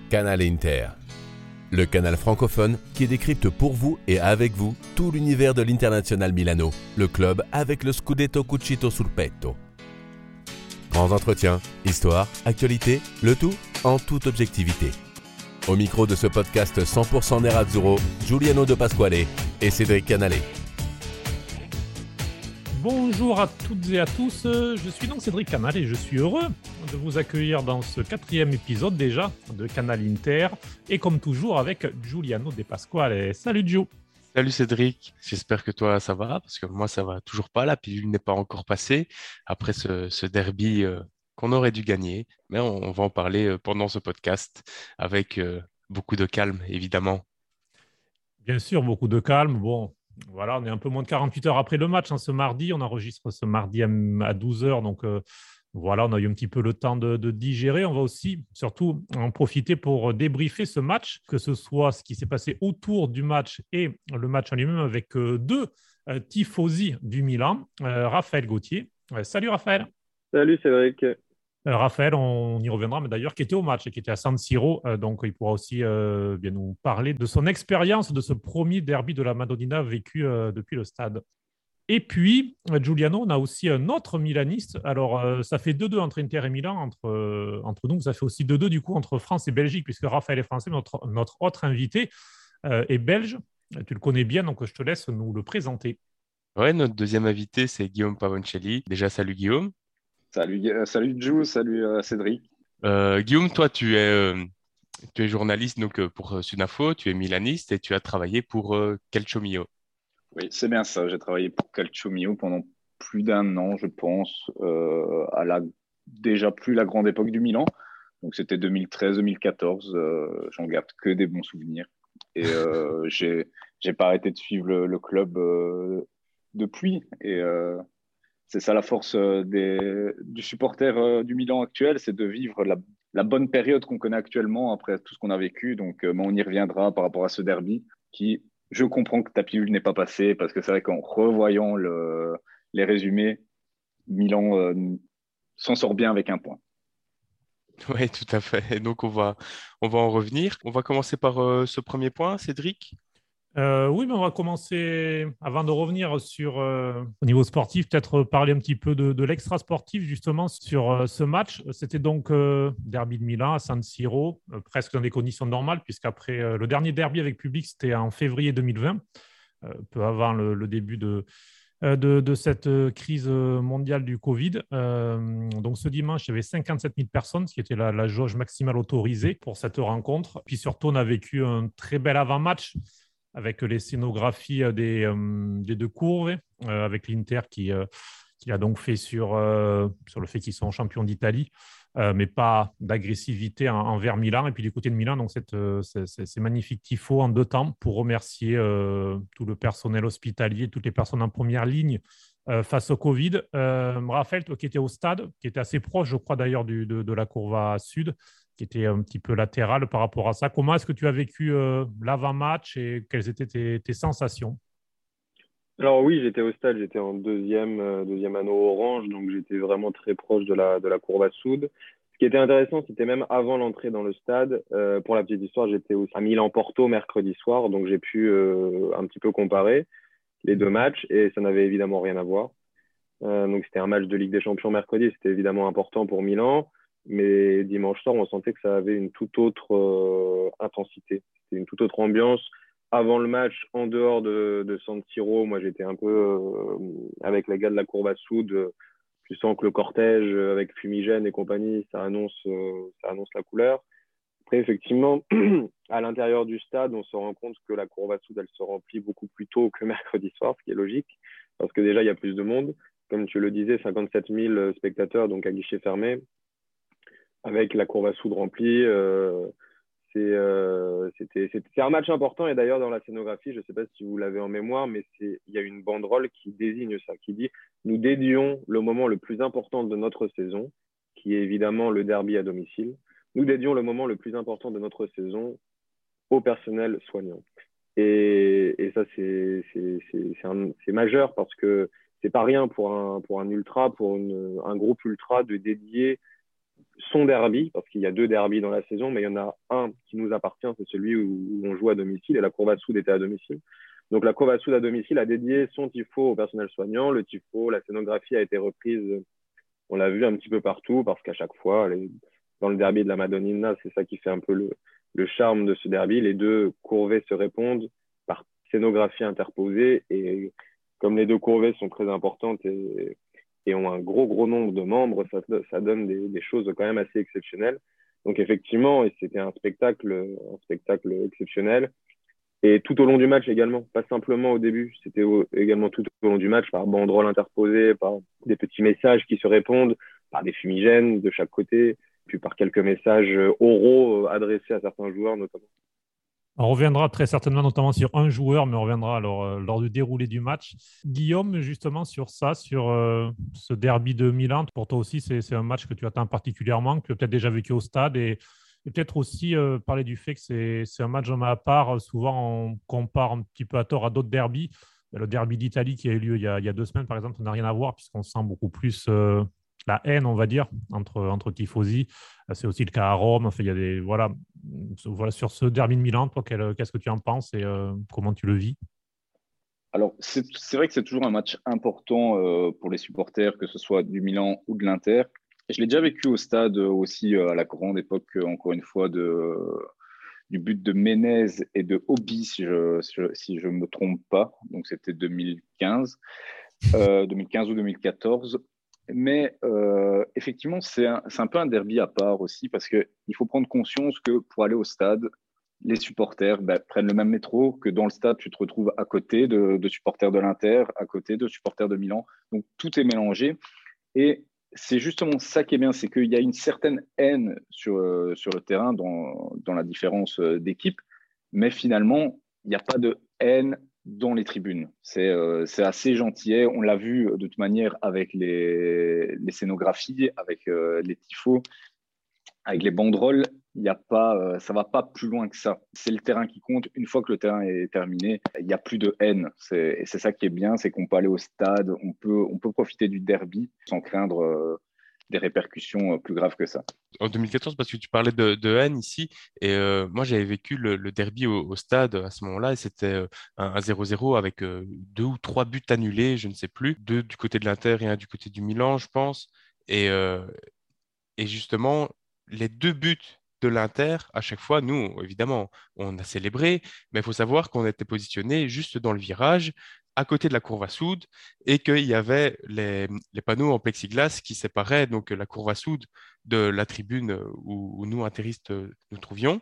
Canal Inter, le canal francophone qui décrypte pour vous et avec vous tout l'univers de l'Internazionale Milano, le club avec le Scudetto Cucito sul petto. Grands entretiens, histoire, actualité, le tout en toute objectivité. Au micro de ce podcast 100% Nerazzurro, Giuliano De Pasquale et Cédric Canale. Bonjour à toutes et à tous, je suis donc Cédric Canale et je suis heureux de vous accueillir dans ce 4e épisode déjà de Canal Inter et comme toujours avec Giuliano De Pasquale. Salut Giu. Salut Cédric, j'espère que toi ça va parce que moi ça va toujours pas, la pilule n'est pas encore passée après ce derby qu'on aurait dû gagner, mais on va en parler pendant ce podcast avec beaucoup de calme évidemment. Bien sûr, beaucoup de calme. Bon, voilà, on est un peu moins de 48 heures après le match, ce mardi. On enregistre ce mardi à 12 heures, donc voilà, on a eu un petit peu le temps de digérer. On va aussi, surtout, en profiter pour débriefer ce match, que ce soit ce qui s'est passé autour du match et le match en lui-même avec deux tifosi du Milan, Raphaël Gauthier. Salut Raphaël. Salut Cédric. Raphaël, on y reviendra, mais d'ailleurs, qui était au match et qui était à San Siro, donc il pourra aussi bien nous parler de son expérience de ce premier derby de la Madonnina vécu depuis le stade. Et puis, Giuliano, on a aussi un autre milaniste. Alors, ça fait 2-2 entre Inter et Milan, entre nous. Ça fait aussi 2-2 du coup entre France et Belgique, puisque Raphaël est français, notre autre invité est belge. Tu le connais bien, donc je te laisse nous le présenter. Ouais, notre deuxième invité c'est Guillaume Pavoncelli. Déjà salut Guillaume. Salut Jou, salut Cédric. Guillaume, toi tu es journaliste donc, pour Sudinfo, tu es milaniste et tu as travaillé pour Calcio Mio. Oui, c'est bien ça. J'ai travaillé pour Calcio Mio pendant plus d'un an, je pense, à la déjà plus la grande époque du Milan. Donc c'était 2013-2014. J'en garde que des bons souvenirs. Et j'ai pas arrêté de suivre le club depuis. Et c'est ça la force du supporter du Milan actuel, c'est de vivre la bonne période qu'on connaît actuellement après tout ce qu'on a vécu. Donc, mais on y reviendra par rapport à ce derby qui, je comprends que ta pilule n'est pas passée parce que c'est vrai qu'en revoyant les résumés, Milan s'en sort bien avec un point. Oui, tout à fait. Et donc on va en revenir. On va commencer par ce premier point, Cédric. Oui, mais on va commencer, avant de revenir sur, au niveau sportif, peut-être parler un petit peu de l'extra-sportif, justement, sur ce match. C'était donc derby de Milan à San Siro, presque dans des conditions normales, puisqu'après le dernier derby avec public, c'était en février 2020, peu avant le début de cette crise mondiale du Covid. Donc ce dimanche, il y avait 57 000 personnes, ce qui était la jauge maximale autorisée pour cette rencontre. Puis surtout, on a vécu un très bel avant-match avec les scénographies des deux courves, avec l'Inter qui a donc fait sur le fait qu'ils sont champions d'Italie, mais pas d'agressivité envers Milan. Et puis du côté de Milan, donc ces magnifiques tifos en deux temps pour remercier tout le personnel hospitalier, toutes les personnes en première ligne face au Covid. Raphaël, toi qui étais au stade, qui était assez proche, je crois d'ailleurs de la courva sud, qui était un petit peu latéral par rapport à ça. Comment est-ce que tu as vécu l'avant-match et quelles étaient tes sensations? Alors oui, j'étais au stade, j'étais en deuxième anneau orange, donc j'étais vraiment très proche de la courbe sud. Ce qui était intéressant, c'était même avant l'entrée dans le stade. Pour la petite histoire, j'étais aussi à Milan-Porto mercredi soir, donc j'ai pu un petit peu comparer les deux matchs et ça n'avait évidemment rien à voir. Donc c'était un match de Ligue des Champions mercredi, c'était évidemment important pour Milan, mais dimanche soir, on sentait que ça avait une toute autre intensité, c'était une toute autre ambiance. Avant le match, en dehors de San Siro, moi j'étais un peu avec les gars de la Courva Sud. Tu sens que le cortège avec fumigène et compagnie, ça annonce la couleur. Après, effectivement, à l'intérieur du stade, on se rend compte que la Courva Sud, elle se remplit beaucoup plus tôt que mercredi soir, ce qui est logique, parce que déjà, il y a plus de monde. Comme tu le disais, 57 000 spectateurs, donc à guichet fermé, avec la Courva Sud remplie. C'est un match important et d'ailleurs dans la scénographie, je ne sais pas si vous l'avez en mémoire, mais il y a une banderole qui désigne ça, qui dit « Nous dédions le moment le plus important de notre saison, qui est évidemment le derby à domicile. Nous dédions le moment le plus important de notre saison au personnel soignant. » Et ça, c'est majeur parce que c'est pas rien pour un ultra, pour un groupe ultra de dédier son derby, parce qu'il y a 2 derbys dans la saison, mais il y en a un qui nous appartient, c'est celui où on joue à domicile, et la Courva Soude était à domicile. Donc la Courva Soude à domicile a dédié son tifo au personnel soignant. Le tifo, la scénographie a été reprise, on l'a vu un petit peu partout, parce qu'à chaque fois, dans le derby de la Madonnina, c'est ça qui fait un peu le charme de ce derby. Les 2 courvées se répondent par scénographie interposée, et comme les 2 courvées sont très importantes et ont un gros nombre de membres, ça donne des choses quand même assez exceptionnelles. Donc effectivement, c'était un spectacle exceptionnel. Et tout au long du match également, pas simplement au début, c'était également tout au long du match, par banderoles interposées, par des petits messages qui se répondent, par des fumigènes de chaque côté, puis par quelques messages oraux adressés à certains joueurs notamment. On reviendra très certainement notamment sur un joueur, mais on reviendra alors, lors du déroulé du match. Guillaume, justement, sur ça, sur ce derby de Milan, pour toi aussi, c'est un match que tu attends particulièrement, que tu as peut-être déjà vécu au stade, et peut-être aussi parler du fait que c'est un match à part. Souvent, on compare un petit peu à tort à d'autres derbys. Le derby d'Italie qui a eu lieu il y a 2 semaines, par exemple, ça n'a rien à voir, puisqu'on sent beaucoup plus la haine, on va dire, entre tifosi. C'est aussi le cas à Rome. Enfin, il y a voilà, sur ce derby de Milan, toi, qu'est-ce que tu en penses et comment tu le vis? Alors, c'est vrai que c'est toujours un match important pour les supporters, que ce soit du Milan ou de l'Inter. Je l'ai déjà vécu au stade aussi à la grande époque, encore une fois, du but de Menez et de Obi, si je me trompe pas. Donc, c'était 2015 ou 2014. Mais effectivement, c'est un peu un derby à part aussi, parce qu'il faut prendre conscience que pour aller au stade, les supporters prennent le même métro, que dans le stade, tu te retrouves à côté de supporters de l'Inter, à côté de supporters de Milan. Donc, tout est mélangé. Et c'est justement ça qui est bien, c'est qu'il y a une certaine haine sur le terrain dans la différence d'équipe, mais finalement, il n'y a pas de haine dans les tribunes. C'est assez gentil. On l'a vu de toute manière avec les scénographies, avec les tifos, avec les banderoles. Il y a pas, ça va pas plus loin que ça. C'est le terrain qui compte. Une fois que le terrain est terminé, il n'y a plus de haine. Et c'est ça qui est bien, c'est qu'on peut aller au stade, on peut profiter du derby sans craindre des répercussions plus graves que ça. En 2014, parce que tu parlais de haine ici, et moi j'avais vécu le derby au stade à ce moment-là, et c'était un 0-0 avec 2 ou 3 buts annulés, je ne sais plus, 2 du côté de l'Inter et un du côté du Milan, je pense. Et justement, les 2 buts de l'Inter, à chaque fois, nous, évidemment, on a célébré, mais il faut savoir qu'on était positionné juste dans le virage, à côté de la Courva Soude, et qu'il y avait les panneaux en plexiglas qui séparaient donc la Courva Soude de la tribune où nous, interistes, nous trouvions.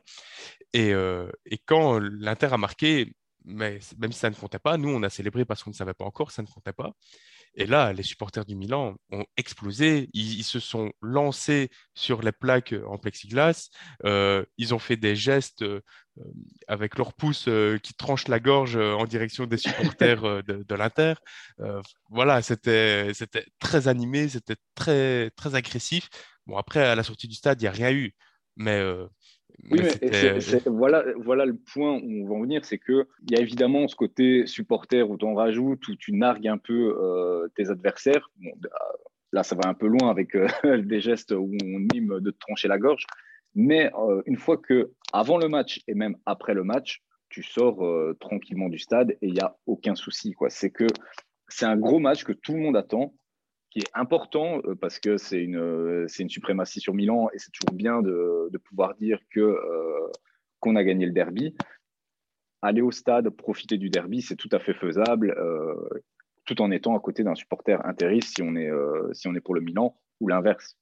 Et quand l'Inter a marqué, mais même si ça ne comptait pas, nous, on a célébré parce qu'on ne savait pas encore, ça ne comptait pas. Et là, les supporters du Milan ont explosé. Ils se sont lancés sur les plaques en plexiglas. Ils ont fait des gestes avec leurs pouces qui tranchent la gorge en direction des supporters de l'Inter. Voilà, c'était très animé, c'était très agressif. Bon, après, à la sortie du stade, il n'y a rien eu. Mais, Oui, mais mais c'était. voilà le point où on va en venir, c'est qu'il y a évidemment ce côté supporter où tu en rajoutes, où tu nargues un peu tes adversaires. Bon, là, ça va un peu loin avec des gestes où on mime de te trancher la gorge. Mais une fois que, avant le match et même après le match, tu sors tranquillement du stade et il n'y a aucun souci, quoi. C'est un gros match que tout le monde attend, qui est important parce que c'est une suprématie sur Milan et c'est toujours bien de pouvoir dire qu'on a gagné le derby. Aller au stade, profiter du derby, c'est tout à fait faisable, tout en étant à côté d'un supporter interiste si on est pour le Milan ou l'inverse.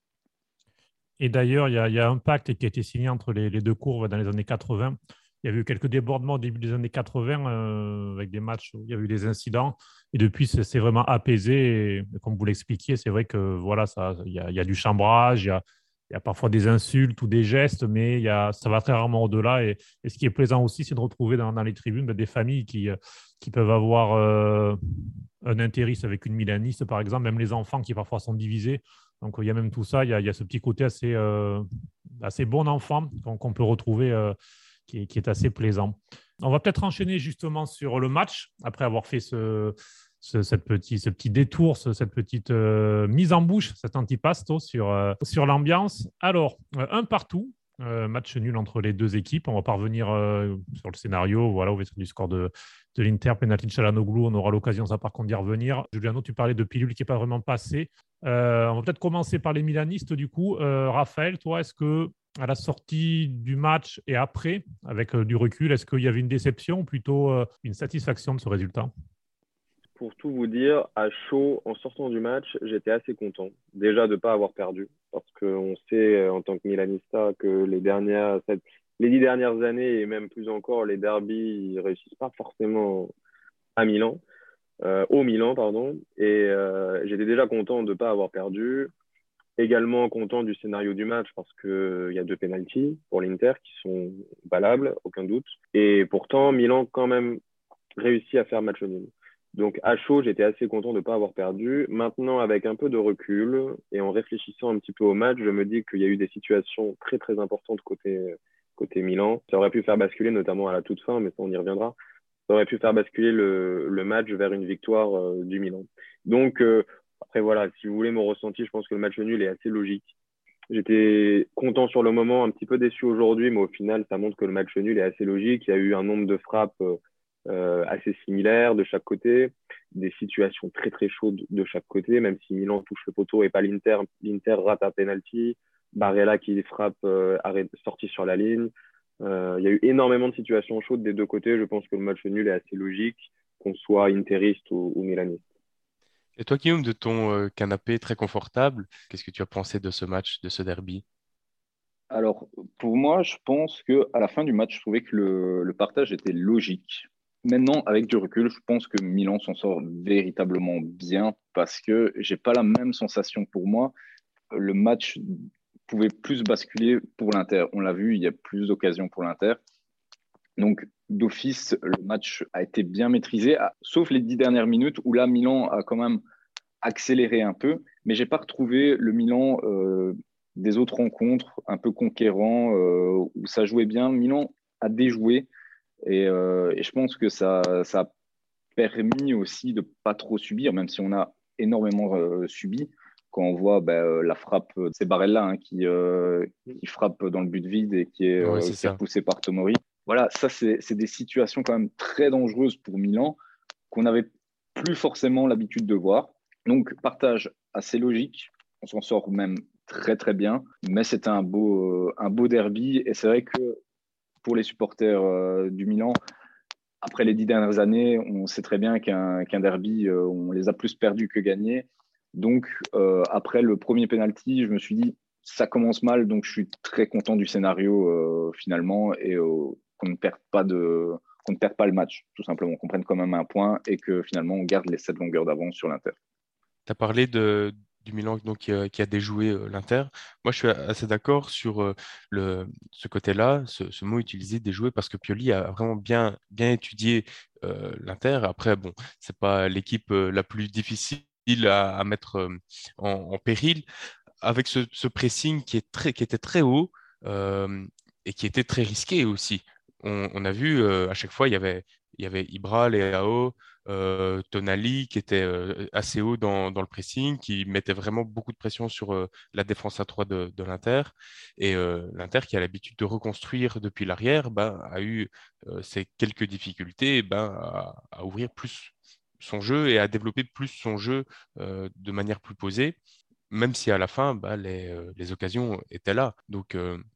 Et d'ailleurs, il y a un pacte qui a été signé entre les 2 courbes dans les années 80. Il y a eu quelques débordements au début des années 80 avec des matchs où il y a eu des incidents. Et depuis, c'est vraiment apaisé. Et comme vous l'expliquiez, c'est vrai que voilà, il y a du chambrage, il y a parfois des insultes ou des gestes, mais ça va très rarement au-delà. Et ce qui est plaisant aussi, c'est de retrouver dans les tribunes des familles qui peuvent avoir un intérêt avec une milaniste, par exemple, même les enfants qui parfois sont divisés. Donc, il y a même tout ça. Il y a ce petit côté assez bon enfant qu'on peut retrouver, qui est assez plaisant. On va peut-être enchaîner justement sur le match, après avoir fait ce petit détour, cette petite mise en bouche, cet antipasto sur l'ambiance. Alors, un partout. Match nul entre les deux équipes. On va pas revenir sur le scénario. Voilà, au vu du score de l'Inter, penalty de Çalhanoğlu. On aura l'occasion, ça, par contre, d'y revenir. Juliano, tu parlais de pilule qui n'est pas vraiment passé. On va peut-être commencer par les milanistes, du coup. Raphaël, toi, est-ce que à la sortie du match et après, avec du recul, est-ce qu'il y avait une déception ou plutôt une satisfaction de ce résultat? Pour tout vous dire, à chaud, en sortant du match, j'étais assez content. Déjà de ne pas avoir perdu, parce qu'on sait en tant que Milanista que les 10 dernières années, et même plus encore, les derbies, ils ne réussissent pas forcément à Milan, au Milan, pardon. Et j'étais déjà content de ne pas avoir perdu. Également content du scénario du match, parce qu'il y a 2 pénaltys pour l'Inter qui sont valables, aucun doute. Et pourtant, Milan quand même réussit à faire match nul. Donc, à chaud, j'étais assez content de ne pas avoir perdu. Maintenant, avec un peu de recul et en réfléchissant un petit peu au match, je me dis qu'il y a eu des situations très, très importantes côté Milan. Ça aurait pu faire basculer, notamment à la toute fin, mais ça, on y reviendra. Ça aurait pu faire basculer le match vers une victoire du Milan. Donc, après, voilà, si vous voulez mon ressenti, je pense que le match nul est assez logique. J'étais content sur le moment, un petit peu déçu aujourd'hui, mais au final, ça montre que le match nul est assez logique. Il y a eu un nombre de frappes assez similaires de chaque côté, des situations très très chaudes de chaque côté, même si Milan touche le poteau et pas l'Inter. L'Inter rate un penalty, Barella qui frappe sorti sur la ligne. Il y a eu énormément de situations chaudes des deux côtés. Je pense que le match nul est assez logique, qu'on soit interiste ou milaniste. Et toi, Guillaume, de ton canapé très confortable, qu'est-ce que tu as pensé de ce match, de ce derby? Alors, pour moi, je pense qu'à la fin du match, je trouvais que le partage était logique. Maintenant, avec du recul, je pense que Milan s'en sort véritablement bien parce que j'ai pas la même sensation pour moi. Le match pouvait plus basculer pour l'Inter. On l'a vu, il y a plus d'occasions pour l'Inter. Donc, d'office, le match a été bien maîtrisé, sauf les 10 dernières minutes où là, Milan a quand même accéléré un peu. Mais j'ai pas retrouvé le Milan des autres rencontres un peu conquérant où ça jouait bien. Milan a déjoué. Et je pense que ça a permis aussi de pas trop subir, même si on a énormément subi. Quand on voit la frappe, c'est Barella qui frappe dans le but vide et qui est, Ouais, c'est qui est ça. repoussé par Tomori. Voilà, ça, c'est des situations quand même très dangereuses pour Milan qu'on n'avait plus forcément l'habitude de voir. Donc, partage assez logique. On s'en sort même très, très bien. Mais c'était un beau derby. Et c'est vrai que pour les supporters du Milan, après les 10 dernières années, on sait très bien qu'un derby, on les a plus perdus que gagnés. Donc, après le premier penalty, je me suis dit, ça commence mal, donc je suis très content du scénario finalement et qu'on ne perde pas le match, tout simplement, qu'on prenne quand même un point et que finalement on garde les 7 longueurs d'avance sur l'Inter. Tu as parlé du Milan donc, qui a déjoué l'Inter. Moi, je suis assez d'accord sur ce côté-là, ce mot utilisé, déjoué, parce que Pioli a vraiment bien étudié l'Inter. Après, bon, c'est pas l'équipe la plus difficile à mettre en péril. Avec ce pressing qui était très haut et qui était très risqué aussi. On a vu à chaque fois, il y avait Ibra, Leao, Tonali qui était assez haut dans le pressing, qui mettait vraiment beaucoup de pression sur la défense à 3 de l'Inter. Et l'Inter, qui a l'habitude de reconstruire depuis l'arrière, a eu ces quelques difficultés à ouvrir plus son jeu et à développer plus son jeu de manière plus posée, même si à la fin, les occasions étaient là. Donc,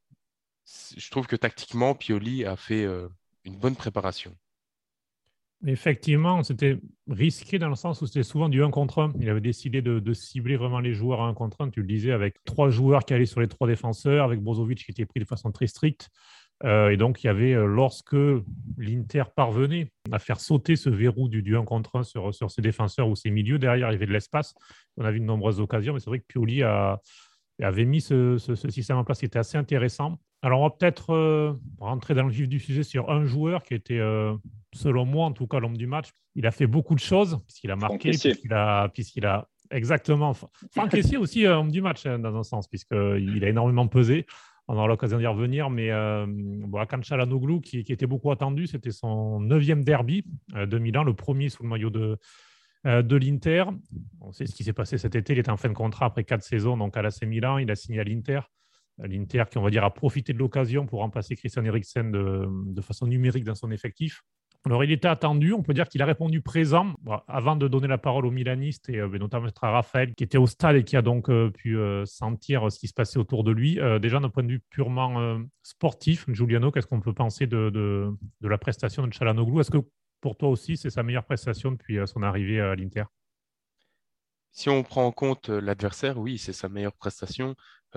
je trouve que tactiquement, Pioli a fait une bonne préparation. Effectivement, c'était risqué dans le sens où c'était souvent du 1 contre 1. Il avait décidé de cibler vraiment les joueurs à 1 contre 1, tu le disais, avec 3 joueurs qui allaient sur les 3 défenseurs, avec Brozovic qui était pris de façon très stricte. Et donc, il y avait, lorsque l'Inter parvenait à faire sauter ce verrou du 1 contre 1 sur ses défenseurs ou ses milieux, derrière, il y avait de l'espace. On a vu de nombreuses occasions, mais c'est vrai que Pioli avait mis ce système en place qui était assez intéressant. Alors, on va peut-être rentrer dans le vif du sujet sur un joueur qui était, selon moi, en tout cas, l'homme du match. Il a fait beaucoup de choses, puisqu'il a marqué, puisqu'il a exactement. Franck Kessié aussi, homme du match, hein, dans un sens, puisqu'il a énormément pesé. On aura l'occasion d'y revenir, mais Hakan Çalhanoğlu, qui était beaucoup attendu, c'était son 9e derby de Milan, le premier sous le maillot de de l'Inter. On sait ce qui s'est passé cet été. Il était en fin de contrat après 4 saisons, donc à l'AC Milan. Il a signé à l'Inter. L'Inter qui, on va dire, a profité de l'occasion pour remplacer Christian Eriksen de façon numérique dans son effectif. Alors, il était attendu. On peut dire qu'il a répondu présent. Bon, avant de donner la parole aux Milanistes, et notamment à Raphaël, qui était au stade et qui a donc pu sentir ce qui se passait autour de lui. Déjà, d'un point de vue purement sportif, Giuliano, qu'est-ce qu'on peut penser de la prestation de Çalhanoğlu? Est-ce que pour toi aussi, c'est sa meilleure prestation depuis son arrivée à l'Inter? Si on prend en compte l'adversaire, oui, c'est sa meilleure prestation.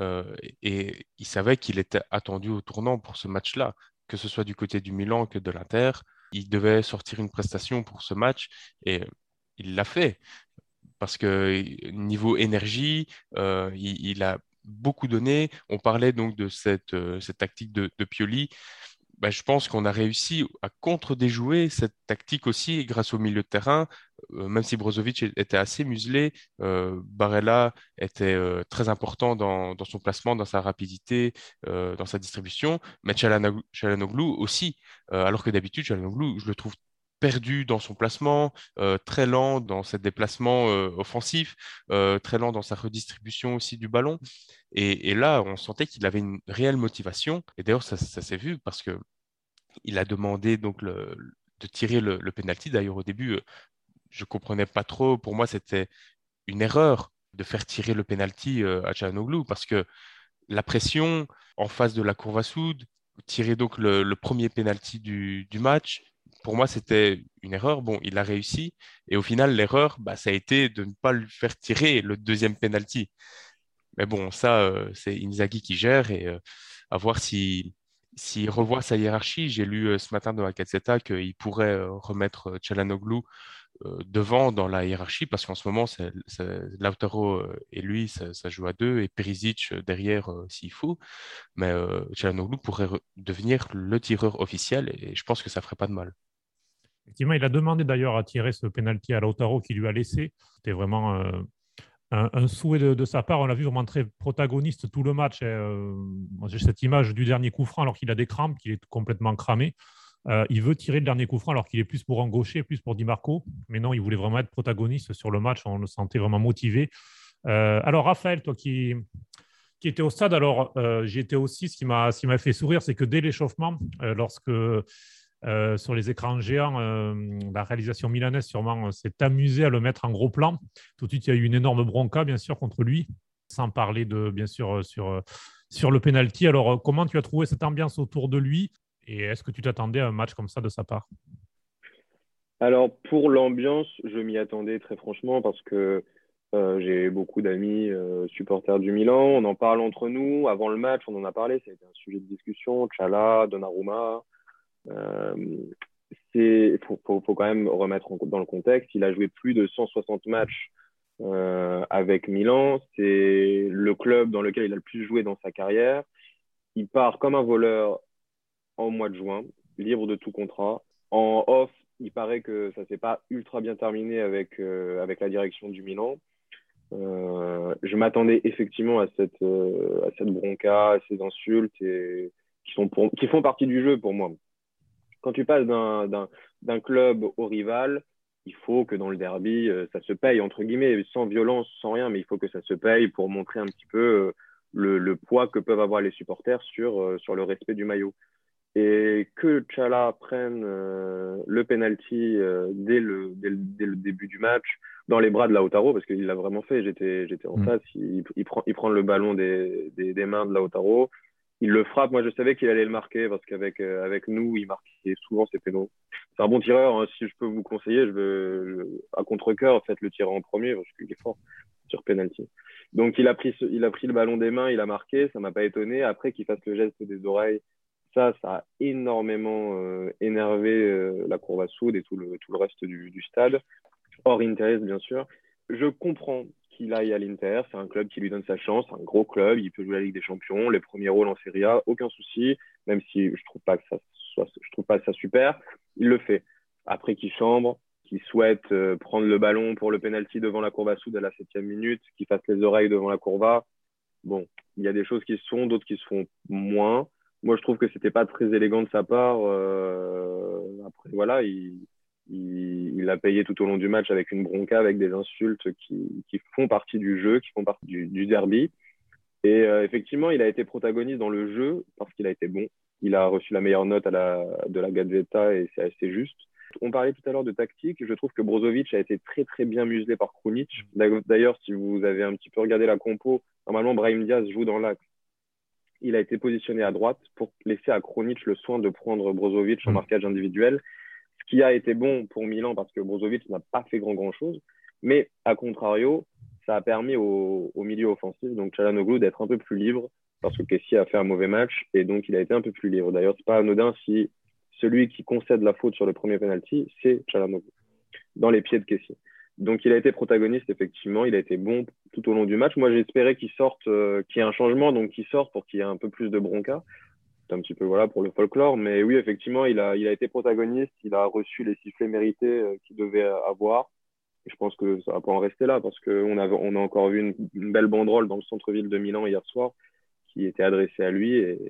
Et il savait qu'il était attendu au tournant pour ce match-là, que ce soit du côté du Milan que de l'Inter. Il devait sortir une prestation pour ce match et il l'a fait parce que niveau énergie, il a beaucoup donné. On parlait donc de cette tactique de Pioli. Ben, je pense qu'on a réussi à contre-déjouer cette tactique aussi grâce au milieu de terrain. Même si Brozovic était assez muselé, Barella était très important dans son placement, dans sa rapidité, dans sa distribution, mais Çalhanoğlu aussi. Alors que d'habitude, Çalhanoğlu, je le trouve perdu dans son placement, très lent dans ses déplacements offensifs, très lent dans sa redistribution aussi du ballon. Et là, on sentait qu'il avait une réelle motivation. Et d'ailleurs, ça s'est vu parce que il a demandé donc de tirer le penalty. D'ailleurs, au début, je comprenais pas trop. Pour moi, c'était une erreur de faire tirer le penalty à Çalhanoğlu parce que la pression en face de la courva sud, tirer donc le premier penalty du match, pour moi, c'était une erreur. Bon, il a réussi. Et au final, l'erreur, bah, ça a été de ne pas lui faire tirer le deuxième penalty. Mais bon, ça, c'est Inzaghi qui gère et à voir s'il revoit sa hiérarchie. J'ai lu ce matin dans la Gazzetta qu'il pourrait remettre Çalhanoğlu devant dans la hiérarchie parce qu'en ce moment, Lautaro et lui, ça joue à deux et Perisic derrière s'il faut. Mais Çalhanoğlu pourrait devenir le tireur officiel et je pense que ça ferait pas de mal. Effectivement, il a demandé d'ailleurs à tirer ce penalty à Lautaro qui lui a laissé. C'était vraiment un souhait de sa part. On l'a vu vraiment très protagoniste tout le match. Moi, j'ai cette image du dernier coup franc alors qu'il a des crampes, qu'il est complètement cramé. Il veut tirer le dernier coup franc alors qu'il est plus pour un gaucher, plus pour Di Marco. Mais non, il voulait vraiment être protagoniste sur le match. On le sentait vraiment motivé. Alors, Raphaël, toi qui était au stade, alors j'y étais aussi. Ce qui m'a fait sourire, c'est que dès l'échauffement, lorsque sur les écrans géants, la réalisation milanaise sûrement s'est amusée à le mettre en gros plan. Tout de suite, il y a eu une énorme bronca, bien sûr, contre lui, sans parler de, bien sûr, sur le penalty. Alors, comment tu as trouvé cette ambiance autour de lui et est-ce que tu t'attendais à un match comme ça de sa part? Alors, pour l'ambiance, je m'y attendais très franchement parce que j'ai beaucoup d'amis supporters du Milan. On en parle entre nous. Avant le match, on en a parlé. Ça a été un sujet de discussion. Tchala, Donnarumma. Euh, faut quand même remettre dans le contexte. Il a joué plus de 160 matchs avec Milan. C'est le club dans lequel il a le plus joué dans sa carrière. Il part comme un voleur en mois de juin, libre de tout contrat. En off, il paraît que ça s'est pas ultra bien terminé avec la direction du Milan. Je m'attendais effectivement à cette bronca, à ces insultes qui font partie du jeu pour moi. Quand tu passes d'un club au rival, il faut que dans le derby, ça se paye, entre guillemets, sans violence, sans rien, mais il faut que ça se paye pour montrer un petit peu le poids que peuvent avoir les supporters sur le respect du maillot. Et que Tchala prenne le penalty dès le début du match dans les bras de Lautaro, parce qu'il l'a vraiment fait, j'étais en face, il prend le ballon des mains de Lautaro, il le frappe. Moi, je savais qu'il allait le marquer parce qu'avec nous, il marquait souvent ses pénaux. C'est un bon tireur, hein. Si je peux vous conseiller, à contre-cœur, faites le tirer en premier parce qu'il est fort sur penalty. Donc, il a pris le ballon des mains, il a marqué. Ça m'a pas étonné. Après qu'il fasse le geste des oreilles, ça a énormément énervé la Curva Sud et tout le reste du stade. Hors Inter, bien sûr. Je comprends qu'il aille à l'Inter. C'est un club qui lui donne sa chance, un gros club. Il peut jouer la Ligue des Champions, les premiers rôles en Serie A, aucun souci. Même si je trouve pas ça super, il le fait. Après qu'il chambre, qu'il souhaite prendre le ballon pour le penalty devant la Curva Sud à la 7e minute, qu'il fasse les oreilles devant la Curva. Bon, il y a des choses qui se font, d'autres qui se font moins. Moi, je trouve que c'était pas très élégant de sa part. Après, voilà, il il a payé tout au long du match avec une bronca, avec des insultes qui font partie du jeu, qui font partie du derby. Et effectivement, il a été protagoniste dans le jeu parce qu'il a été bon. Il a reçu la meilleure note de la Gazzetta et c'est assez juste. On parlait tout à l'heure de tactique. Je trouve que Brozovic a été très, très bien muselé par Krunic. D'ailleurs, si vous avez un petit peu regardé la compo, normalement, Brahim Diaz joue dans l'axe. Il a été positionné à droite pour laisser à Krunic le soin de prendre Brozovic en marquage individuel. Ce qui a été bon pour Milan parce que Brozovic n'a pas fait grand-chose. Mais à contrario, ça a permis au milieu offensif, donc Çalhanoğlu, d'être un peu plus libre parce que Kessie a fait un mauvais match et donc il a été un peu plus libre. D'ailleurs, c'est pas anodin si celui qui concède la faute sur le premier penalty, c'est Çalhanoğlu, dans les pieds de Kessie. Donc il a été protagoniste, effectivement, il a été bon tout au long du match. Moi, j'espérais qu'il sorte, qu'il y ait un changement, donc qu'il sorte pour qu'il y ait un peu plus de bronca. C'est un petit peu voilà pour le folklore, mais oui, effectivement, il a été protagoniste, il a reçu les sifflets mérités qu'il devait avoir. Et je pense que ça va pas en rester là parce qu'on a encore vu une belle banderole dans le centre-ville de Milan hier soir qui était adressée à lui. Et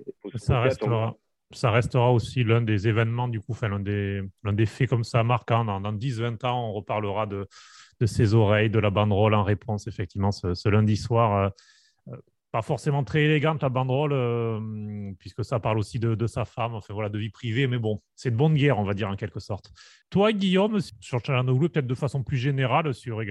ça restera aussi l'un des événements, du coup, l'un des faits comme ça marquants. Dans 10-20 ans, on reparlera de ses oreilles, de la banderole en réponse, effectivement, ce lundi soir. Pas forcément très élégante, la banderole, puisque ça parle aussi de sa femme, enfin voilà, de vie privée, mais bon, c'est de bonne guerre, on va dire, en quelque sorte. Toi, Guillaume, sur Çalhanoğlu, peut-être de façon plus générale, sur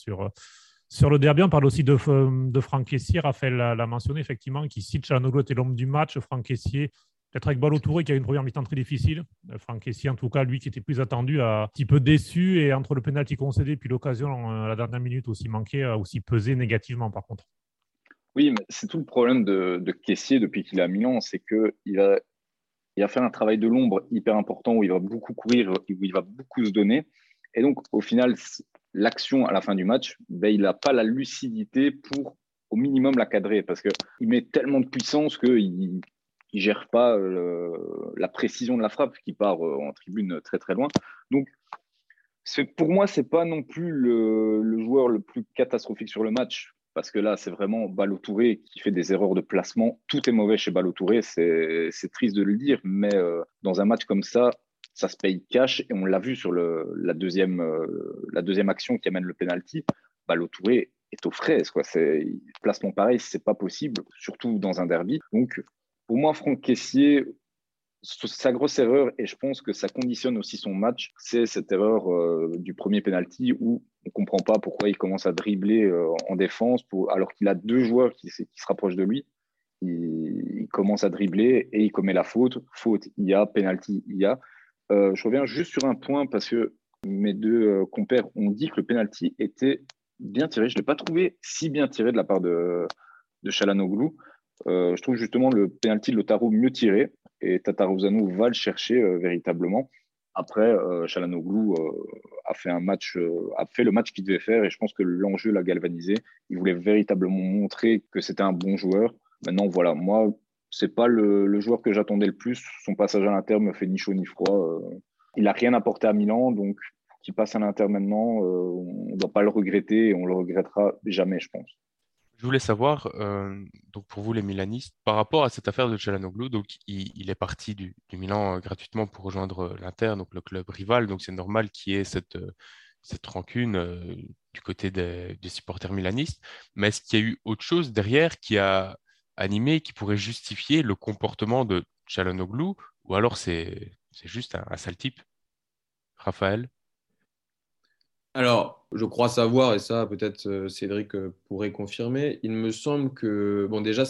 le derby, on parle aussi de Franck Kessié. Raphaël l'a mentionné, effectivement, qui cite Çalhanoğlu était l'homme du match. Franck Kessié, peut-être avec Ballo Touré, qui a eu une première mi-temps très difficile. Franck Kessié, en tout cas, lui qui était plus attendu, un petit peu déçu, et entre le pénalty concédé puis l'occasion à la dernière minute aussi manquée, a aussi pesé négativement, par contre. Oui, mais c'est tout le problème de Kessié depuis qu'il est à Milan, c'est qu'il va faire un travail de l'ombre hyper important où il va beaucoup courir, où il va beaucoup se donner. Et donc, au final, l'action à la fin du match, ben, il n'a pas la lucidité pour au minimum la cadrer parce qu'il met tellement de puissance qu'il ne gère pas la précision de la frappe qui part en tribune très très loin. Donc, pour moi, ce n'est pas non plus le joueur le plus catastrophique sur le match. Parce que là, c'est vraiment Ballo Touré qui fait des erreurs de placement. Tout est mauvais chez Ballo Touré, c'est triste de le dire, mais dans un match comme ça se paye cash. Et on l'a vu sur la deuxième action qui amène le penalty. Ballo Touré est aux fraises, quoi. Placement pareil, c'est pas possible, surtout dans un derby. Donc, pour moi, Franck Kessié, sa grosse erreur, et je pense que ça conditionne aussi son match, c'est cette erreur du premier penalty où on ne comprend pas pourquoi il commence à dribbler en défense alors qu'il a deux joueurs qui se rapprochent de lui. Il commence à dribbler et il commet la faute. Faute, il y a. Penalty, il y a. Je reviens juste sur un point parce que mes deux compères ont dit que le penalty était bien tiré. Je ne l'ai pas trouvé si bien tiré de la part de Çalhanoğlu. Je trouve justement le penalty de Lautaro mieux tiré et Tataruzanu va le chercher véritablement. Après, Çalhanoğlu a fait le match qu'il devait faire et je pense que l'enjeu l'a galvanisé. Il voulait véritablement montrer que c'était un bon joueur. Maintenant, voilà, moi, c'est pas le joueur que j'attendais le plus. Son passage à l'Inter me fait ni chaud ni froid. Il n'a rien apporté à Milan, donc qu'il passe à l'Inter maintenant, on ne doit pas le regretter et on le regrettera jamais, je pense. Je voulais savoir, donc pour vous les Milanistes, par rapport à cette affaire de Çalhanoğlu, donc il est parti du Milan gratuitement pour rejoindre l'Inter, donc le club rival, donc c'est normal qu'il y ait cette rancune du côté des supporters milanistes. Mais est-ce qu'il y a eu autre chose derrière qui a animé, qui pourrait justifier le comportement de Çalhanoğlu, ou alors c'est juste un sale type? Raphaël? Alors, je crois savoir, et ça peut-être Cédric pourrait confirmer, il me semble que, bon déjà,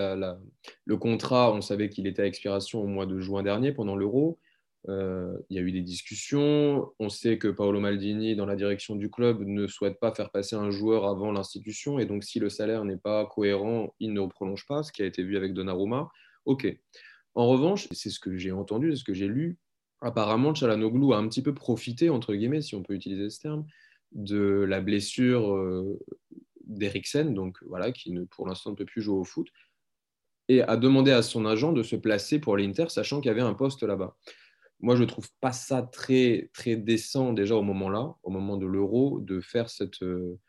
le contrat, on savait qu'il était à expiration au mois de juin dernier pendant l'Euro. Il y a eu des discussions. On sait que Paolo Maldini, dans la direction du club, ne souhaite pas faire passer un joueur avant l'institution. Et donc, si le salaire n'est pas cohérent, il ne prolonge pas, ce qui a été vu avec Donnarumma. OK. En revanche, c'est ce que j'ai entendu, c'est ce que j'ai lu. Apparemment, Çalhanoğlu a un petit peu profité, entre guillemets, si on peut utiliser ce terme, de la blessure d'Eriksen, donc voilà, qui pour l'instant ne peut plus jouer au foot, et a demandé à son agent de se placer pour l'Inter, sachant qu'il y avait un poste là-bas. Moi, je ne trouve pas ça très, très décent déjà au moment-là, au moment de l'Euro, de faire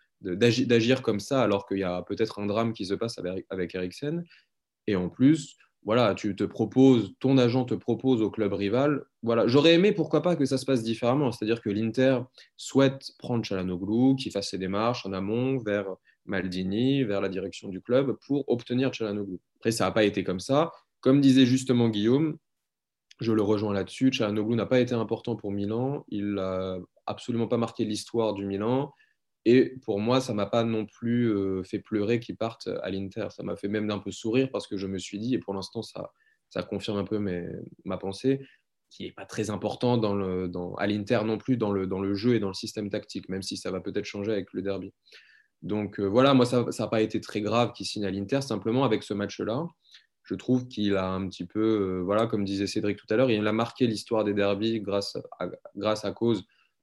d'agir comme ça, alors qu'il y a peut-être un drame qui se passe avec Eriksen. Et en plus, voilà, ton agent te propose au club rival. Voilà, j'aurais aimé, pourquoi pas, que ça se passe différemment. C'est-à-dire que l'Inter souhaite prendre Çalhanoğlu, qui fasse ses démarches en amont vers Maldini, vers la direction du club pour obtenir Çalhanoğlu. Après, ça n'a pas été comme ça. Comme disait justement Guillaume, je le rejoins là-dessus, Çalhanoğlu n'a pas été important pour Milan. Il n'a absolument pas marqué l'histoire du Milan. Et pour moi, ça ne m'a pas non plus fait pleurer qu'il parte à l'Inter. Ça m'a fait même d'un peu sourire parce que je me suis dit, et pour l'instant, ça confirme un peu ma pensée, qui n'est pas très important à l'Inter non plus dans le jeu et dans le système tactique, même si ça va peut-être changer avec le derby. Donc voilà, moi, ça n'a pas été très grave qu'il signe à l'Inter. Simplement, avec ce match-là, je trouve qu'il a un petit peu, voilà, comme disait Cédric tout à l'heure, il a marqué l'histoire des derbies grâce à cause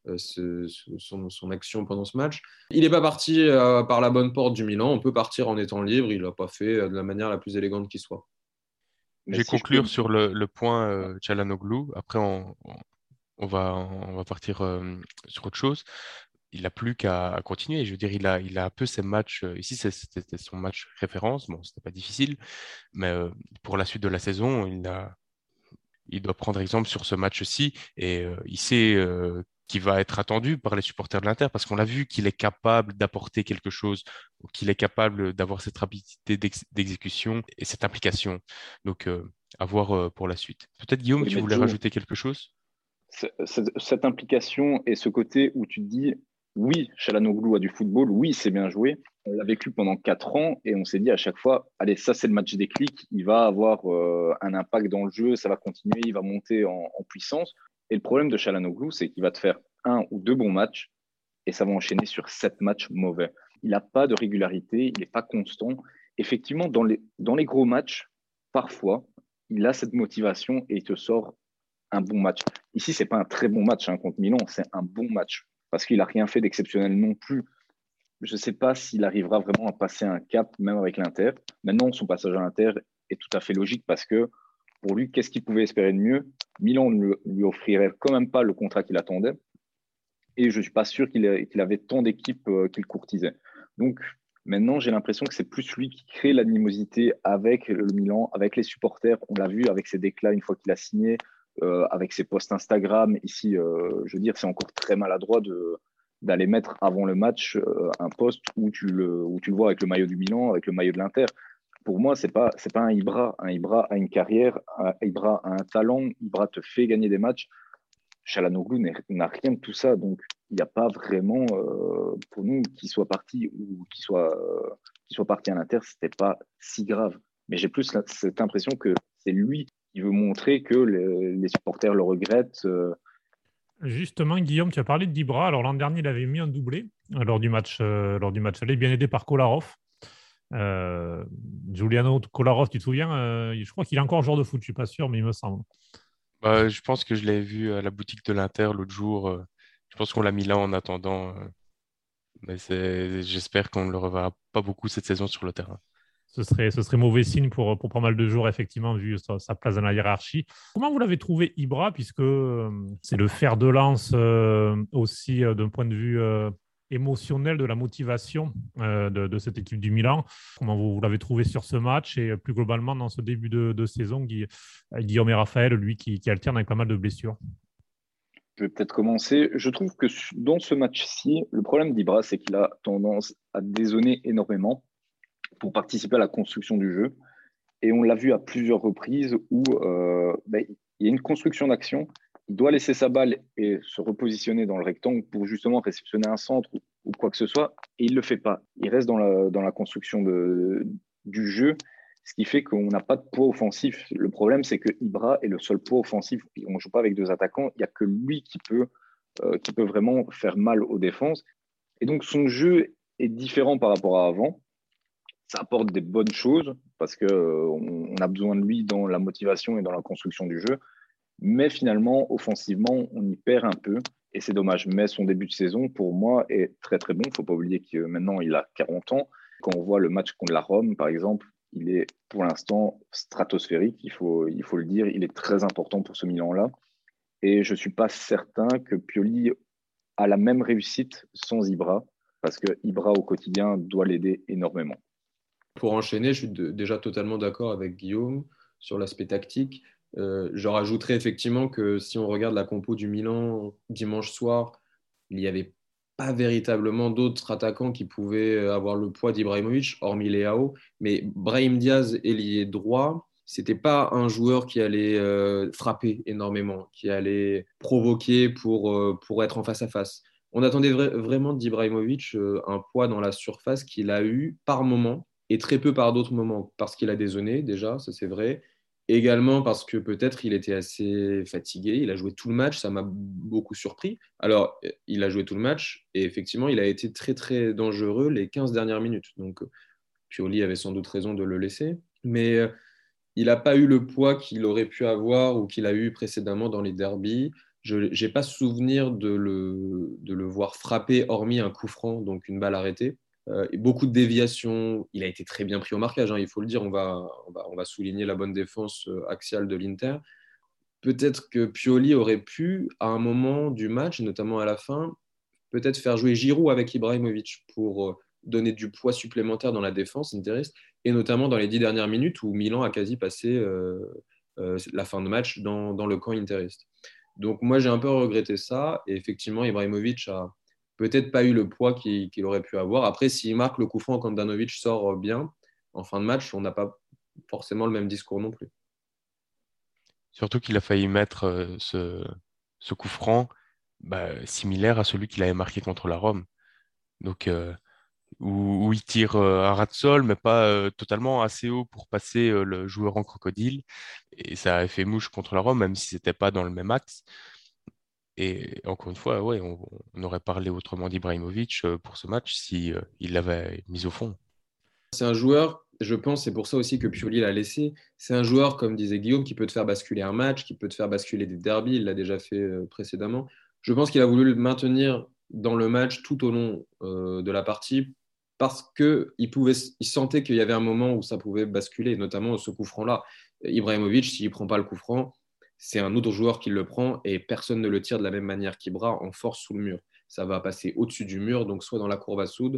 son action pendant ce match. Il n'est pas parti par la bonne porte du Milan. On peut partir en étant libre. Il ne l'a pas fait de la manière la plus élégante qui soit. Je vais conclure sur le point Çalhanoğlu. Après, on va partir sur autre chose. Il n'a plus qu'à continuer. Je veux dire, il a un peu ses matchs. Ici, c'était son match référence. Bon, c'était pas difficile, mais pour la suite de la saison, il doit prendre exemple sur ce match-ci et il sait qu'il va être attendu par les supporters de l'Inter parce qu'on l'a vu qu'il est capable d'apporter quelque chose, qu'il est capable d'avoir cette rapidité d'exécution et cette implication. Donc, à voir pour la suite. Peut-être, Guillaume, Oui, tu mais voulais Joe, rajouter quelque chose? cette implication et ce côté où tu te dis, oui, Çalhanoğlu a du football, oui, c'est bien joué. On l'a vécu pendant 4 ans et on s'est dit à chaque fois, allez, ça c'est le match déclic, il va avoir un impact dans le jeu, ça va continuer, il va monter en puissance. Et le problème de Çalhanoğlu, c'est qu'il va te faire 1 ou 2 bons matchs et ça va enchaîner sur 7 matchs mauvais. Il n'a pas de régularité, il n'est pas constant. Effectivement, dans les gros matchs, parfois, il a cette motivation et il te sort un bon match. Ici, c'est pas un très bon match contre Milan, c'est un bon match parce qu'il n'a rien fait d'exceptionnel non plus. Je ne sais pas s'il arrivera vraiment à passer un cap, même avec l'Inter. Maintenant, son passage à l'Inter est tout à fait logique parce que pour lui, qu'est-ce qu'il pouvait espérer de mieux? Milan ne lui offrirait quand même pas le contrat qu'il attendait et je ne suis pas sûr qu'il avait tant d'équipes qu'il courtisait. Donc, maintenant, j'ai l'impression que c'est plus lui qui crée l'animosité avec le Milan, avec les supporters. On l'a vu avec ses déclats une fois qu'il a signé, avec ses posts Instagram. Ici, je veux dire, c'est encore très maladroit d'aller mettre avant le match un post où tu le vois avec le maillot du Milan, avec le maillot de l'Inter. Pour moi, c'est pas un Ibra. Un Ibra a une carrière, un Ibra a un talent, Ibra te fait gagner des matchs. Çalhanoğlu n'a rien de tout ça, donc il n'y a pas vraiment, pour nous, qu'il soit parti ou qu'il soit parti à l'Inter, c'était pas si grave. Mais j'ai plus cette impression que c'est lui qui veut montrer que les supporters le regrettent. Justement, Guillaume, tu as parlé de Dybra. Alors l'an dernier, il avait mis un doublé lors du match aller, bien aidé par Kolarov. Giuliano Kolarov, tu te souviens je crois qu'il est encore joueur de foot, je ne suis pas sûr, mais il me semble. Je pense que je l'ai vu à la boutique de l'Inter l'autre jour. Je pense qu'on l'a mis là en attendant. Mais j'espère qu'on ne le reverra pas beaucoup cette saison sur le terrain. Ce serait mauvais signe pour pas mal de jours, effectivement, vu sa place dans la hiérarchie. Comment vous l'avez trouvé, Ibra, puisque c'est le fer de lance aussi d'un point de vue émotionnel de la motivation de cette équipe du Milan. Comment vous l'avez trouvé sur ce match et plus globalement dans ce début de saison, Guillaume et Raphaël, lui qui alterne avec pas mal de blessures? Je vais peut-être commencer. Je trouve que dans ce match-ci, le problème d'Ibra, c'est qu'il a tendance à dézonner énormément pour participer à la construction du jeu. Et on l'a vu à plusieurs reprises où il y a une construction d'action. Il doit laisser sa balle et se repositionner dans le rectangle pour justement réceptionner un centre ou quoi que ce soit. Et il ne le fait pas. Il reste dans la construction du jeu, ce qui fait qu'on n'a pas de poids offensif. Le problème, c'est que Ibra est le seul poids offensif. On ne joue pas avec 2 attaquants. Il n'y a que lui qui peut vraiment faire mal aux défenses. Et donc, son jeu est différent par rapport à avant. Ça apporte des bonnes choses parce qu'on a besoin de lui dans la motivation et dans la construction du jeu. Mais finalement, offensivement, on y perd un peu et c'est dommage. Mais son début de saison, pour moi, est très très bon. Il ne faut pas oublier que maintenant, il a 40 ans. Quand on voit le match contre la Rome, par exemple, il est pour l'instant stratosphérique, il faut le dire. Il est très important pour ce Milan-là. Et je ne suis pas certain que Pioli a la même réussite sans Ibra parce que Ibra au quotidien doit l'aider énormément. Pour enchaîner, je suis déjà totalement d'accord avec Guillaume sur l'aspect tactique. Je rajouterais effectivement que si on regarde la compo du Milan dimanche soir, il n'y avait pas véritablement d'autres attaquants qui pouvaient avoir le poids d'Ibrahimovic, hormis Leao. Mais Brahim Diaz, ailier droit, c'était pas un joueur qui allait frapper énormément, qui allait provoquer pour être en face à face. On attendait vraiment d'Ibrahimovic un poids dans la surface qu'il a eu par moment et très peu par d'autres moments, parce qu'il a dézonné déjà, ça c'est vrai. Également parce que peut-être il était assez fatigué, il a joué tout le match, ça m'a beaucoup surpris. Alors, il a joué tout le match et effectivement, il a été très très dangereux les 15 dernières minutes. Donc, Pioli avait sans doute raison de le laisser. Mais il n'a pas eu le poids qu'il aurait pu avoir ou qu'il a eu précédemment dans les derbies. Je n'ai pas souvenir de le voir frapper, hormis un coup franc, donc une balle arrêtée. Beaucoup de déviations. Il a été très bien pris au marquage, hein, il faut le dire. On va souligner la bonne défense axiale de l'Inter. Peut-être que Pioli aurait pu, à un moment du match, notamment à la fin, peut-être faire jouer Giroud avec Ibrahimovic pour donner du poids supplémentaire dans la défense interiste, et notamment dans les 10 dernières minutes où Milan a quasi passé la fin de match dans le camp interiste. Donc moi, j'ai un peu regretté ça, et effectivement, Ibrahimovic a peut-être pas eu le poids qu'il aurait pu avoir. Après, s'il marque le coup franc quand Handanovic sort bien en fin de match, on n'a pas forcément le même discours non plus. Surtout qu'il a failli mettre ce coup franc similaire à celui qu'il avait marqué contre la Rome. Donc, où il tire un ras de sol, mais pas totalement assez haut pour passer le joueur en crocodile. Et ça avait fait mouche contre la Rome, même si c'était pas dans le même axe. Et encore une fois, ouais, on aurait parlé autrement d'Ibrahimovic pour ce match si il l'avait mis au fond. C'est un joueur, je pense, c'est pour ça aussi que Pioli l'a laissé. C'est un joueur, comme disait Guillaume, qui peut te faire basculer un match, qui peut te faire basculer des derbies. Il l'a déjà fait précédemment. Je pense qu'il a voulu le maintenir dans le match tout au long de la partie parce il sentait qu'il y avait un moment où ça pouvait basculer, notamment ce coup franc-là. Ibrahimovic, s'il ne prend pas le coup franc, c'est un autre joueur qui le prend et personne ne le tire de la même manière qu'Ibra en force sous le mur. Ça va passer au-dessus du mur, donc soit dans la courbe à soude,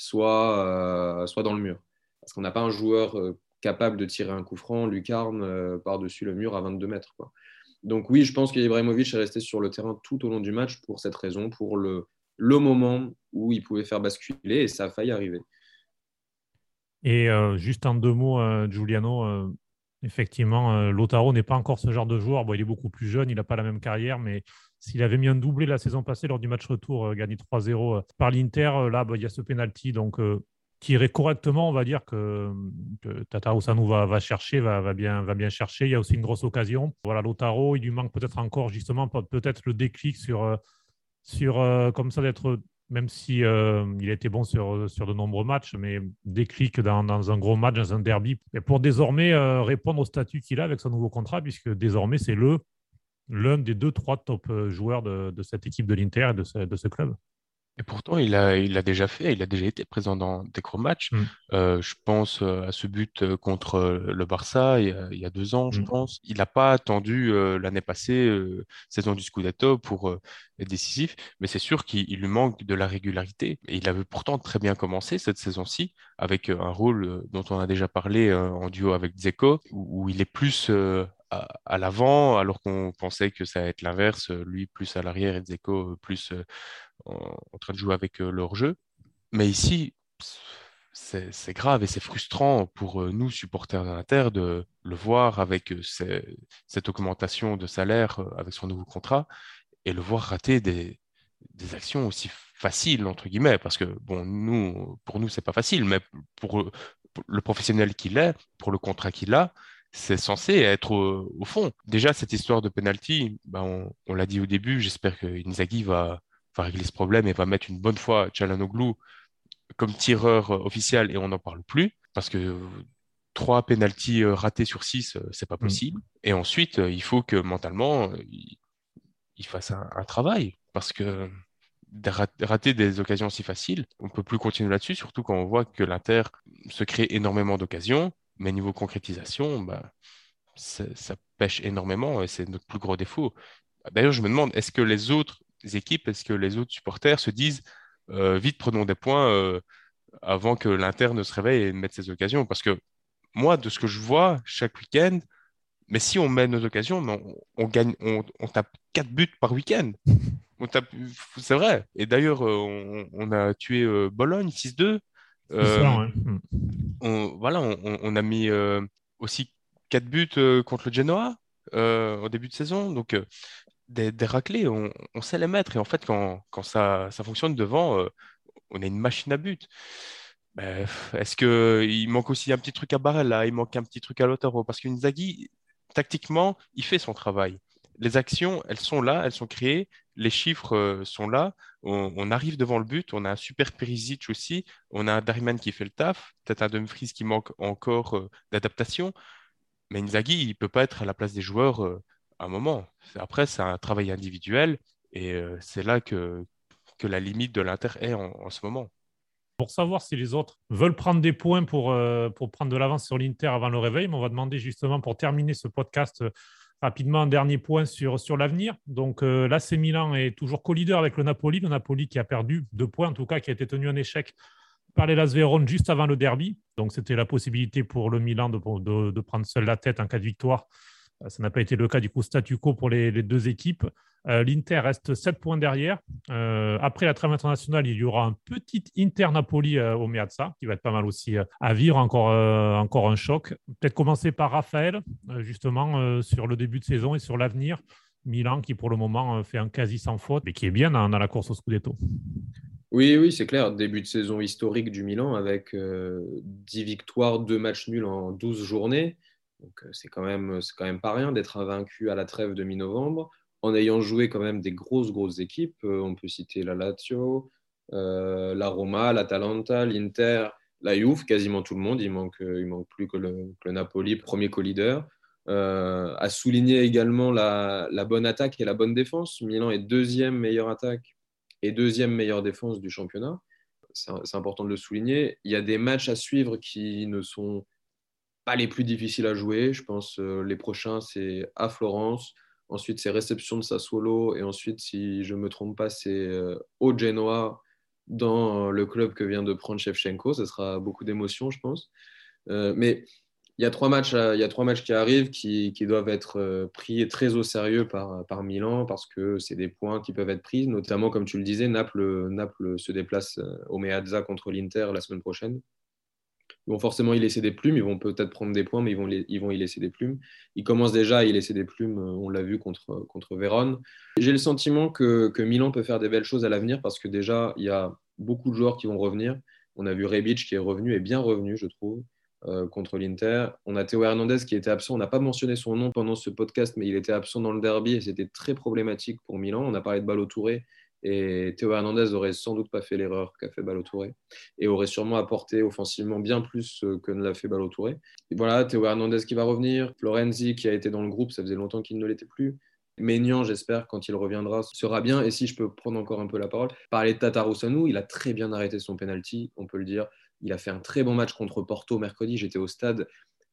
soit dans le mur. Parce qu'on n'a pas un joueur capable de tirer un coup franc, lucarne par-dessus le mur à 22 mètres, quoi. Donc oui, je pense qu'Ibrahimovic est resté sur le terrain tout au long du match pour cette raison, pour le moment où il pouvait faire basculer, et ça a failli arriver. Et juste en deux mots, Giuliano, effectivement, Lautaro n'est pas encore ce genre de joueur. Bon, il est beaucoup plus jeune, il n'a pas la même carrière, mais s'il avait mis un doublé la saison passée lors du match retour, gagné 3-0 par l'Inter, là, il y a ce penalty, donc qui irait correctement, on va dire que Tatarusanu va chercher, va bien chercher. Il y a aussi une grosse occasion. Voilà, Lautaro, il lui manque peut-être encore justement peut-être le déclic sur comme ça d'être, même si il a été bon sur de nombreux matchs, mais déclic dans un gros match, dans un derby, et pour désormais répondre au statut qu'il a avec son nouveau contrat, puisque désormais c'est l'un des 2-3 top joueurs de cette équipe de l'Inter et de ce club. Et pourtant, il a déjà fait, il a déjà été présent dans des gros matchs. Je pense à ce but contre le Barça il y a 2 ans, je pense. Il n'a pas attendu l'année passée, saison du Scudetto, pour être décisif, mais c'est sûr qu'il lui manque de la régularité. Et il avait pourtant très bien commencé cette saison-ci, avec un rôle dont on a déjà parlé en duo avec Dzeko, où il est plus à l'avant, alors qu'on pensait que ça allait être l'inverse, lui plus à l'arrière et Dzeko plus en train de jouer avec leur jeu. Mais ici, c'est grave et c'est frustrant pour nous, supporters de l'Inter, de le voir avec cette augmentation de salaire, avec son nouveau contrat, et le voir rater des actions aussi faciles, entre guillemets, parce que, bon, pour nous, c'est pas facile, mais pour le professionnel qu'il est, pour le contrat qu'il a, c'est censé être au fond. Déjà, cette histoire de penalty, on l'a dit au début, j'espère que Inzaghi va régler ce problème et va mettre une bonne fois Çalhanoğlu comme tireur officiel et on n'en parle plus parce que 3 penalties ratés sur 6, c'est pas possible. Et ensuite, il faut que mentalement, il fasse un travail parce que rater des occasions si faciles, on ne peut plus continuer là-dessus, surtout quand on voit que l'Inter se crée énormément d'occasions, mais niveau concrétisation, ça pêche énormément et c'est notre plus gros défaut. D'ailleurs, je me demande, est-ce que les autres équipes, est-ce que les autres supporters se disent vite prenons des points avant que l'Inter ne se réveille et mette ses occasions? Parce que moi, de ce que je vois chaque week-end, Mais si on met nos occasions, on gagne, on tape 4 buts par week-end. On tape, c'est vrai. Et d'ailleurs, on a tué Bologne 6-2. C'est ça, Euh, ouais. voilà, on a mis aussi 4 buts contre le Genoa au début de saison. Donc, des raclés, on sait les mettre. Et en fait, quand ça fonctionne devant, on a une machine à but. Ben, est-ce qu'il manque aussi un petit truc à Barella, il manque un petit truc à Lautaro? Parce qu'Inzaghi, tactiquement, il fait son travail. Les actions, elles sont là, elles sont créées, les chiffres sont là, on arrive devant le but, on a un super Perisic aussi, on a un Darmian qui fait le taf, peut-être un Dumfries qui manque encore d'adaptation, mais Inzaghi, il peut pas être à la place des joueurs à un moment. Après, c'est un travail individuel et c'est là que la limite de l'Inter est en ce moment. Pour savoir si les autres veulent prendre des points pour prendre de l'avance sur l'Inter avant le réveil, mais on va demander justement pour terminer ce podcast rapidement un dernier point sur l'avenir. Donc l'AC Milan est toujours co-leader avec le Napoli qui a perdu 2 points, en tout cas qui a été tenu en échec par les Las Vérone juste avant le derby. Donc c'était la possibilité pour le Milan de prendre seul la tête en cas de victoire. Ça n'a pas été le cas, du coup, statu quo pour les deux équipes. L'Inter reste 7 points derrière. Après la trêve internationale, il y aura un petit Inter-Napoli au Meazza, qui va être pas mal aussi à vivre, encore un choc. Peut-être commencer par Raphaël, justement, sur le début de saison et sur l'avenir. Milan, qui pour le moment fait un quasi sans faute, mais qui est bien dans la course au Scudetto. Oui, oui, c'est clair. Début de saison historique du Milan avec 10 victoires, 2 matchs nuls en 12 journées. Donc, c'est quand même pas rien d'être invaincu à la trêve de mi-novembre en ayant joué quand même des grosses équipes. On peut citer la Lazio, la Roma, l'Atalanta, l'Inter, la Juve, quasiment tout le monde. Il manque plus que le Napoli, premier co-leader. À souligner également la bonne attaque et la bonne défense. Milan est deuxième meilleure attaque et deuxième meilleure défense du championnat. C'est important de le souligner. Il y a des matchs à suivre qui ne sont pas les plus difficiles à jouer. Je pense les prochains, c'est à Florence. Ensuite, c'est réception de Sassuolo. Et ensuite, si je ne me trompe pas, c'est au Genoa dans le club que vient de prendre Shevchenko. Ce sera beaucoup d'émotions, je pense. Mais il y a trois matchs qui arrivent qui doivent être pris très au sérieux par Milan parce que c'est des points qui peuvent être pris, notamment, comme tu le disais, Naples se déplace au Meazza contre l'Inter la semaine prochaine. Ils vont forcément y laisser des plumes, ils vont peut-être prendre des points, mais ils vont y laisser des plumes. Ils commencent déjà à y laisser des plumes, on l'a vu contre Vérone. J'ai le sentiment que Milan peut faire des belles choses à l'avenir parce que déjà, il y a beaucoup de joueurs qui vont revenir. On a vu Rebic qui est revenu et bien revenu, je trouve, contre l'Inter. On a Théo Hernandez qui était absent. On n'a pas mentionné son nom pendant ce podcast, mais il était absent dans le derby et c'était très problématique pour Milan. On a parlé de Ballo-Touré et Théo Hernandez aurait sans doute pas fait l'erreur qu'a fait Ballo-Touré et aurait sûrement apporté offensivement bien plus que ne l'a fait Ballo-Touré. Et voilà, Théo Hernandez qui va revenir, Florenzi qui a été dans le groupe, ça faisait longtemps qu'il ne l'était plus. Maignan, j'espère, quand il reviendra, sera bien. Et si je peux prendre encore un peu la parole, parler de Tatarusanu, il a très bien arrêté son penalty, on peut le dire. Il a fait un très bon match contre Porto mercredi. J'étais au stade.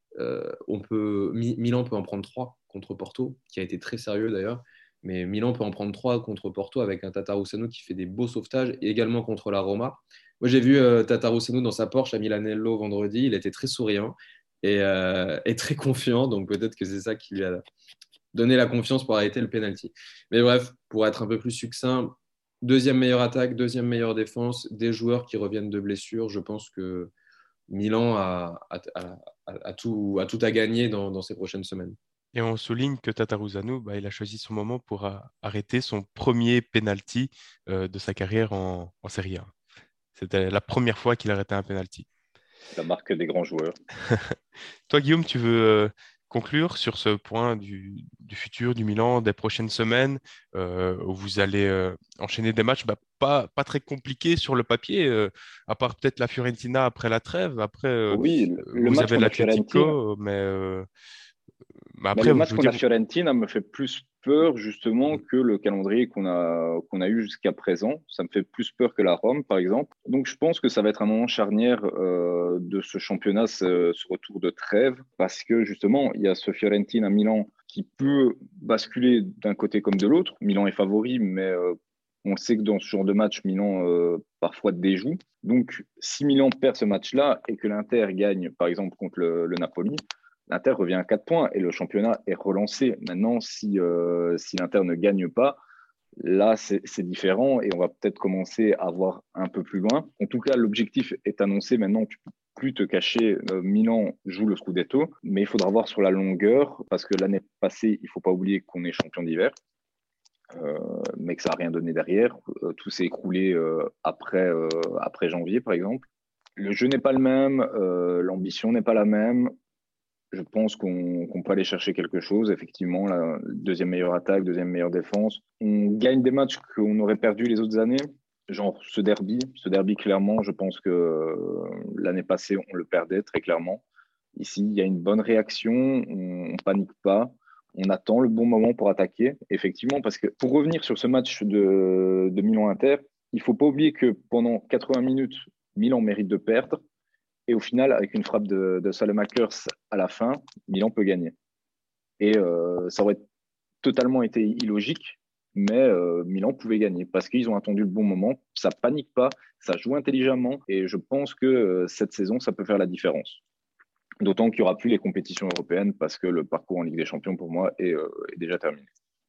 Milan peut en prendre 3 contre Porto, qui a été très sérieux d'ailleurs. Mais Milan peut en prendre 3 contre Porto avec un Tatarusanu qui fait des beaux sauvetages et également contre la Roma. Moi, j'ai vu Tatarusanu dans sa Porsche à Milanello vendredi. Il était très souriant et très confiant. Donc peut-être que c'est ça qui lui a donné la confiance pour arrêter le penalty. Mais bref, pour être un peu plus succinct, deuxième meilleure attaque, deuxième meilleure défense, des joueurs qui reviennent de blessures. Je pense que Milan a tout à gagner dans ces prochaines semaines. Et on souligne que Tataruzanu, il a choisi son moment pour arrêter son premier penalty de sa carrière en Serie A. C'était la première fois qu'il arrêtait un penalty. La marque des grands joueurs. Toi, Guillaume, tu veux conclure sur ce point du futur du Milan, des prochaines semaines, où vous allez enchaîner des matchs pas très compliqués sur le papier, à part peut-être la Fiorentina après la trêve. Après, Oui, le vous match avez contre la Fiorentina. l'Atlético, mais Mais après, le vous match contre jouez. la Fiorentina me fait plus peur justement que le calendrier qu'on a eu jusqu'à présent. Ça me fait plus peur que la Rome, par exemple. Donc je pense que ça va être un moment charnière de ce championnat, ce retour de trêve, parce que justement, il y a ce Fiorentina-Milan qui peut basculer d'un côté comme de l'autre. Milan est favori, mais on sait que dans ce genre de match, Milan parfois déjoue. Donc si Milan perd ce match-là et que l'Inter gagne, par exemple, contre le Napoli, l'Inter revient à 4 points et le championnat est relancé. Maintenant, si l'Inter ne gagne pas, là, c'est différent et on va peut-être commencer à voir un peu plus loin. En tout cas, l'objectif est annoncé. Maintenant, tu ne peux plus te cacher. Milan joue le Scudetto, mais il faudra voir sur la longueur parce que l'année passée, il ne faut pas oublier qu'on est champion d'hiver, mais que ça n'a rien donné derrière. Tout s'est écroulé après janvier, par exemple. Le jeu n'est pas le même, l'ambition n'est pas la même. Je pense qu'on peut aller chercher quelque chose. Effectivement, la deuxième meilleure attaque, deuxième meilleure défense. On gagne des matchs qu'on aurait perdus les autres années. Genre ce derby, clairement, je pense que l'année passée, on le perdait très clairement. Ici, il y a une bonne réaction, on ne panique pas. On attend le bon moment pour attaquer. Effectivement, parce que pour revenir sur ce match de Milan-Inter, il ne faut pas oublier que pendant 80 minutes, Milan mérite de perdre. Et au final, avec une frappe de Saelemaekers à la fin, Milan peut gagner. Et ça aurait totalement été illogique, mais Milan pouvait gagner parce qu'ils ont attendu le bon moment. Ça panique pas, ça joue intelligemment. Et je pense que cette saison, ça peut faire la différence. D'autant qu'il n'y aura plus les compétitions européennes parce que le parcours en Ligue des Champions, pour moi, est déjà terminé.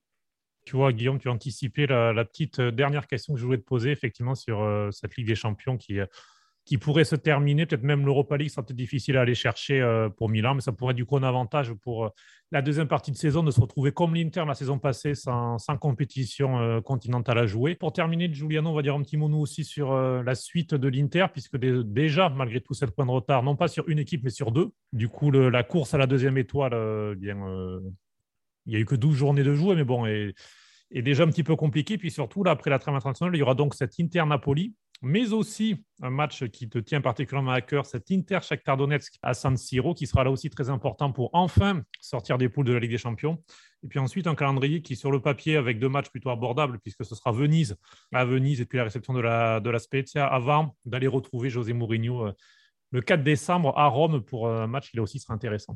Tu vois, Guillaume, tu as anticipé la petite dernière question que je voulais te poser, effectivement, sur cette Ligue des Champions qui pourrait se terminer. Peut-être même l'Europa League sera peut-être difficile à aller chercher pour Milan, mais ça pourrait être du coup un avantage pour la deuxième partie de saison de se retrouver comme l'Inter la saison passée sans compétition continentale à jouer. Pour terminer, Giuliano, on va dire un petit mot nous aussi sur la suite de l'Inter, puisque déjà, malgré tout, 7 points de retard, non pas sur une équipe, mais sur 2. Du coup, la course à la deuxième étoile, il n'y a eu que 12 journées de jouer, mais bon, est déjà un petit peu compliqué. Puis surtout, là, après la trêve internationale, il y aura donc cet Inter-Napoli, mais aussi un match qui te tient particulièrement à cœur, cet Inter-Shakhtar Donetsk à San Siro, qui sera là aussi très important pour enfin sortir des poules de la Ligue des Champions. Et puis ensuite, un calendrier qui, sur le papier, avec 2 matchs plutôt abordables, puisque ce sera Venise et puis la réception de la Spezia, avant d'aller retrouver José Mourinho le 4 décembre à Rome pour un match qui, là aussi, sera intéressant.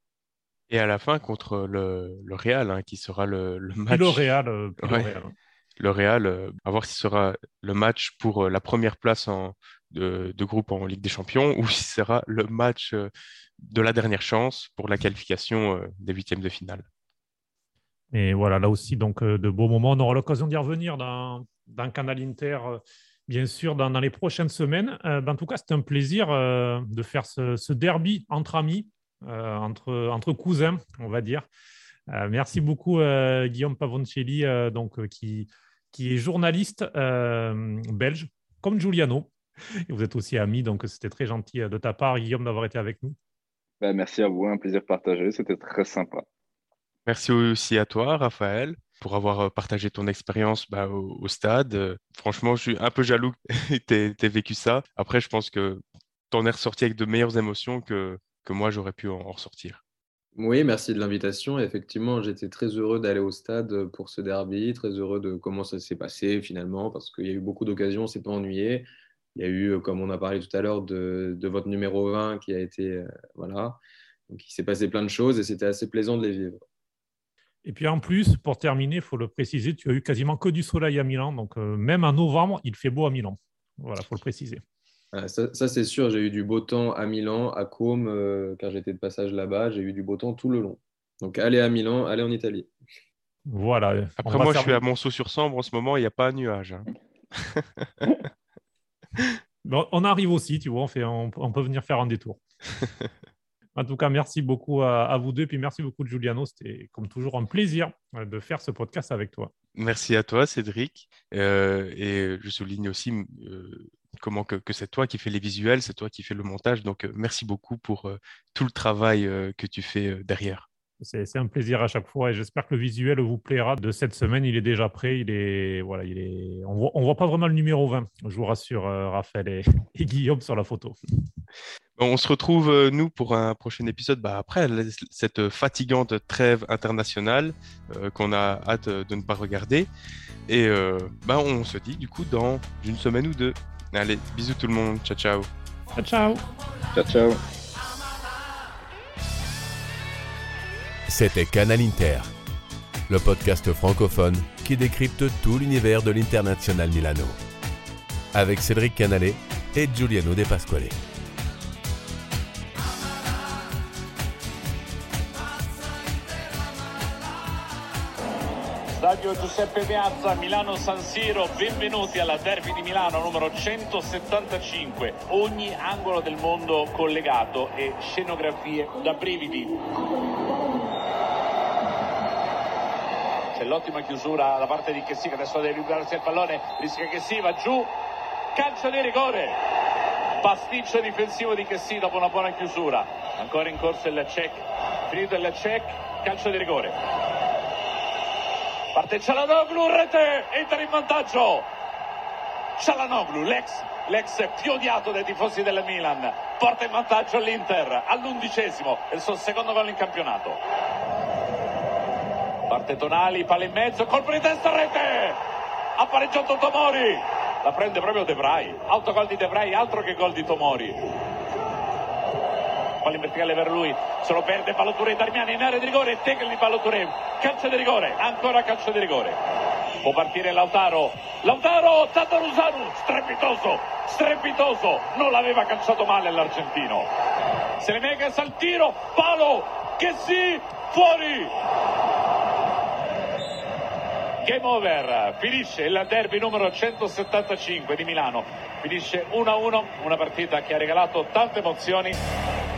Et à la fin, contre le Real, qui sera le match. Et le Real. Le Real, à voir si ce sera le match pour la première place de groupe en Ligue des Champions ou si ce sera le match de la dernière chance pour la qualification des huitièmes de finale. Et voilà, là aussi, donc, de beaux moments. On aura l'occasion d'y revenir dans Canal Inter, bien sûr, dans les prochaines semaines. En tout cas, c'était un plaisir de faire ce derby entre amis, entre cousins, on va dire. Merci beaucoup, Guillaume Pavoncelli, qui est journaliste belge, comme Giuliano. Et vous êtes aussi amis, donc c'était très gentil de ta part, Guillaume, d'avoir été avec nous. Merci à vous, un plaisir partagé, c'était très sympa. Merci aussi à toi, Raphaël, pour avoir partagé ton expérience au stade. Franchement, je suis un peu jaloux que tu aies vécu ça. Après, je pense que tu en es ressorti avec de meilleures émotions que moi, j'aurais pu en ressortir. Oui, merci de l'invitation. Effectivement, j'étais très heureux d'aller au stade pour ce derby, très heureux de comment ça s'est passé finalement, parce qu'il y a eu beaucoup d'occasions, on ne s'est pas ennuyé. Il y a eu, comme on a parlé tout à l'heure, de votre numéro 20 qui a été, voilà. Donc, il s'est passé plein de choses et c'était assez plaisant de les vivre. Et puis en plus, pour terminer, il faut le préciser, tu as eu quasiment que du soleil à Milan, donc même en novembre, il fait beau à Milan. Voilà, il faut le préciser. Ça, c'est sûr, j'ai eu du beau temps à Milan, à Côme, car j'étais de passage là-bas, j'ai eu du beau temps tout le long. Donc allez à Milan, allez en Italie. Voilà. Après, moi, je suis à Monceau-sur-Sambre en ce moment, il n'y a pas un nuage. Bon, on arrive aussi, tu vois, on peut venir faire un détour. En tout cas, merci beaucoup à vous deux, puis merci beaucoup, Giuliano. C'était comme toujours un plaisir de faire ce podcast avec toi. Merci à toi, Cédric. Et je souligne aussi que c'est toi qui fais les visuels, c'est toi qui fais le montage. Donc, merci beaucoup pour tout le travail que tu fais derrière. C'est un plaisir à chaque fois et j'espère que le visuel vous plaira de cette semaine. Il est déjà prêt. On voit pas vraiment le numéro 20. Je vous rassure, Raphaël et Guillaume sur la photo. On se retrouve, nous, pour un prochain épisode après cette fatigante trêve internationale qu'on a hâte de ne pas regarder. Et on se dit, du coup, dans une semaine ou 2. Allez, bisous tout le monde. Ciao, ciao. Ciao, ciao. Ciao, ciao. C'était Canal Inter, le podcast francophone qui décrypte tout l'univers de l'Internazionale Milano, avec Cédric Canale et Giuliano De Pasquale. Stadio Giuseppe Meazza, Milano San Siro, benvenuti alla Derby di Milano numero 175. Ogni angolo del mondo collegato e scenografie da brividi. C'è l'ottima chiusura da parte di Chessy, che adesso deve liberarsi il pallone, rischia Chessy, va giù, calcio di rigore. Pasticcio difensivo di Chessy dopo una buona chiusura. Ancora in corso il check, finito il check, calcio di rigore. Parte Çalhanoğlu, rete, entra in vantaggio. Çalhanoğlu, l'ex più odiato dai tifosi del Milan, porta in vantaggio l'Inter all'11°, è il suo secondo gol in campionato. Parte Tonali, palla in mezzo, colpo di testa, rete. Ha pareggiato Tomori. La prende proprio De Vrij. Autogol di De Vrij, altro che gol di Tomori. Palla in verticale per lui, se lo perde Ballo-Touré, Darmian in area di rigore, tackle di Ballo-Touré, calcio di rigore, ancora calcio di rigore. Può partire Lautaro, Tatarusanu, strepitoso, non l'aveva calciato male l'argentino. Selemakers al tiro, palo, Chessy, fuori. Game over, finisce il derby numero 175 di Milano, finisce 1-1, una partita che ha regalato tante emozioni.